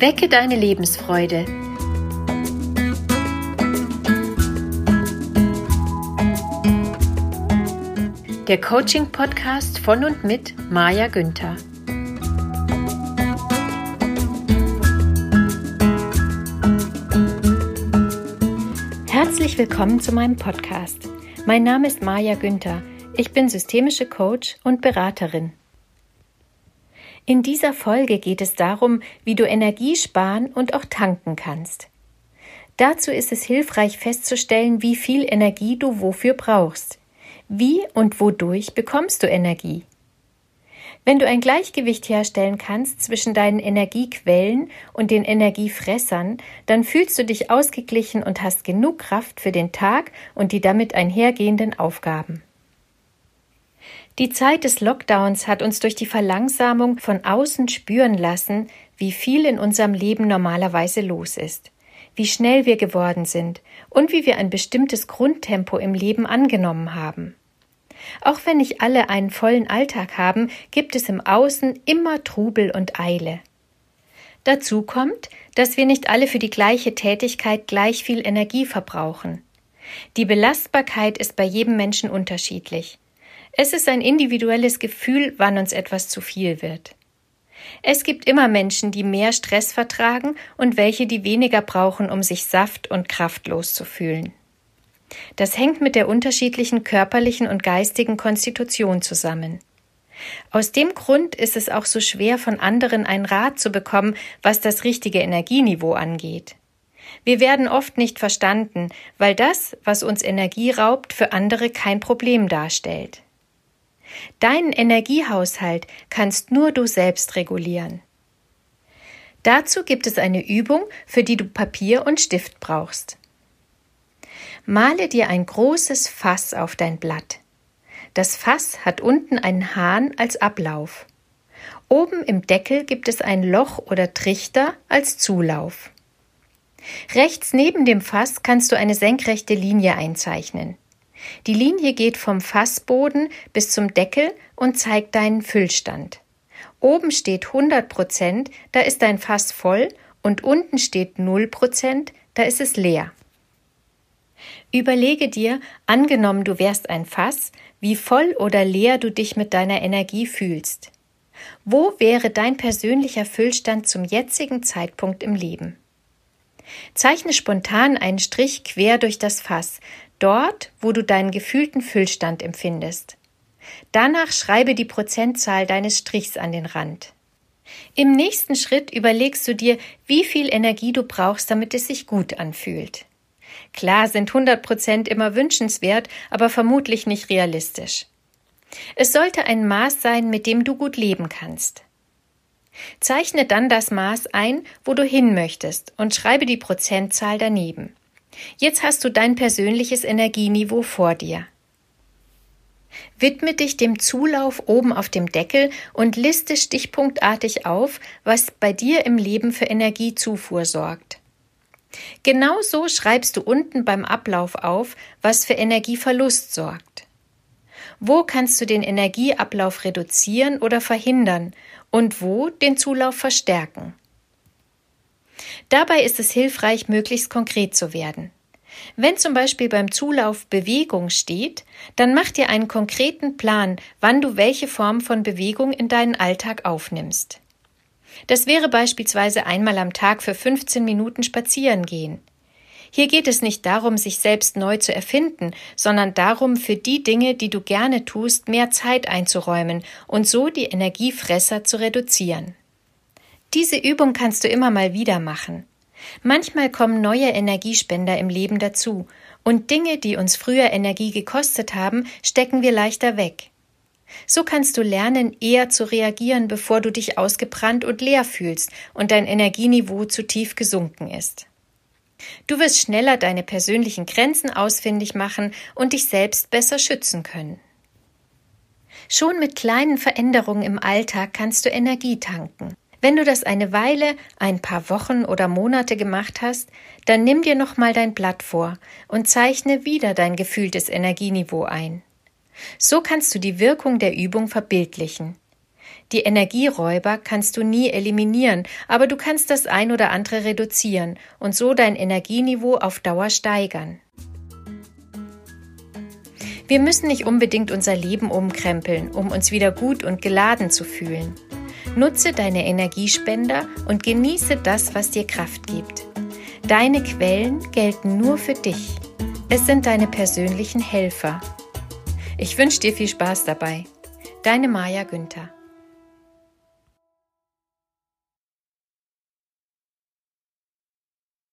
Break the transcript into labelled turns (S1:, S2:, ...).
S1: Wecke deine Lebensfreude. Der Coaching-Podcast von und mit Maja Günther. Herzlich willkommen zu meinem Podcast. Mein Name ist Maja Günther. Ich bin systemische Coach und Beraterin. In dieser Folge geht es darum, wie du Energie sparen und auch tanken kannst. Dazu ist es hilfreich festzustellen, wie viel Energie du wofür brauchst. Wie und wodurch bekommst du Energie? Wenn du ein Gleichgewicht herstellen kannst zwischen deinen Energiequellen und den Energiefressern, dann fühlst du dich ausgeglichen und hast genug Kraft für den Tag und die damit einhergehenden Aufgaben. Die Zeit des Lockdowns hat uns durch die Verlangsamung von außen spüren lassen, wie viel in unserem Leben normalerweise los ist, wie schnell wir geworden sind und wie wir ein bestimmtes Grundtempo im Leben angenommen haben. Auch wenn nicht alle einen vollen Alltag haben, gibt es im Außen immer Trubel und Eile. Dazu kommt, dass wir nicht alle für die gleiche Tätigkeit gleich viel Energie verbrauchen. Die Belastbarkeit ist bei jedem Menschen unterschiedlich. Es ist ein individuelles Gefühl, wann uns etwas zu viel wird. Es gibt immer Menschen, die mehr Stress vertragen und welche, die weniger brauchen, um sich saft- und kraftlos zu fühlen. Das hängt mit der unterschiedlichen körperlichen und geistigen Konstitution zusammen. Aus dem Grund ist es auch so schwer, von anderen einen Rat zu bekommen, was das richtige Energieniveau angeht. Wir werden oft nicht verstanden, weil das, was uns Energie raubt, für andere kein Problem darstellt. Deinen Energiehaushalt kannst nur du selbst regulieren. Dazu gibt es eine Übung, für die du Papier und Stift brauchst. Male dir ein großes Fass auf dein Blatt. Das Fass hat unten einen Hahn als Ablauf. Oben im Deckel gibt es ein Loch oder Trichter als Zulauf. Rechts neben dem Fass kannst du eine senkrechte Linie einzeichnen. Die Linie geht vom Fassboden bis zum Deckel und zeigt deinen Füllstand. Oben steht 100%, da ist dein Fass voll, und unten steht 0%, da ist es leer. Überlege dir, angenommen du wärst ein Fass, wie voll oder leer du dich mit deiner Energie fühlst. Wo wäre dein persönlicher Füllstand zum jetzigen Zeitpunkt im Leben? Zeichne spontan einen Strich quer durch das Fass, dort, wo du deinen gefühlten Füllstand empfindest. Danach schreibe die Prozentzahl deines Strichs an den Rand. Im nächsten Schritt überlegst du dir, wie viel Energie du brauchst, damit es sich gut anfühlt. Klar sind 100% immer wünschenswert, aber vermutlich nicht realistisch. Es sollte ein Maß sein, mit dem du gut leben kannst. Zeichne dann das Maß ein, wo du hin möchtest, und schreibe die Prozentzahl daneben. Jetzt hast du dein persönliches Energieniveau vor dir. Widme dich dem Zulauf oben auf dem Deckel und liste stichpunktartig auf, was bei dir im Leben für Energiezufuhr sorgt. Genauso schreibst du unten beim Ablauf auf, was für Energieverlust sorgt. Wo kannst du den Energieablauf reduzieren oder verhindern und wo den Zulauf verstärken? Dabei ist es hilfreich, möglichst konkret zu werden. Wenn zum Beispiel beim Zulauf Bewegung steht, dann mach dir einen konkreten Plan, wann du welche Form von Bewegung in deinen Alltag aufnimmst. Das wäre beispielsweise einmal am Tag für 15 Minuten spazieren gehen. Hier geht es nicht darum, sich selbst neu zu erfinden, sondern darum, für die Dinge, die du gerne tust, mehr Zeit einzuräumen und so die Energiefresser zu reduzieren. Diese Übung kannst du immer mal wieder machen. Manchmal kommen neue Energiespender im Leben dazu und Dinge, die uns früher Energie gekostet haben, stecken wir leichter weg. So kannst du lernen, eher zu reagieren, bevor du dich ausgebrannt und leer fühlst und dein Energieniveau zu tief gesunken ist. Du wirst schneller deine persönlichen Grenzen ausfindig machen und dich selbst besser schützen können. Schon mit kleinen Veränderungen im Alltag kannst du Energie tanken. Wenn du das eine Weile, ein paar Wochen oder Monate gemacht hast, dann nimm dir nochmal dein Blatt vor und zeichne wieder dein gefühltes Energieniveau ein. So kannst du die Wirkung der Übung verbildlichen. Die Energieräuber kannst du nie eliminieren, aber du kannst das ein oder andere reduzieren und so dein Energieniveau auf Dauer steigern. Wir müssen nicht unbedingt unser Leben umkrempeln, um uns wieder gut und geladen zu fühlen. Nutze deine Energiespender und genieße das, was dir Kraft gibt. Deine Quellen gelten nur für dich. Es sind deine persönlichen Helfer. Ich wünsche dir viel Spaß dabei. Deine Maja Günther.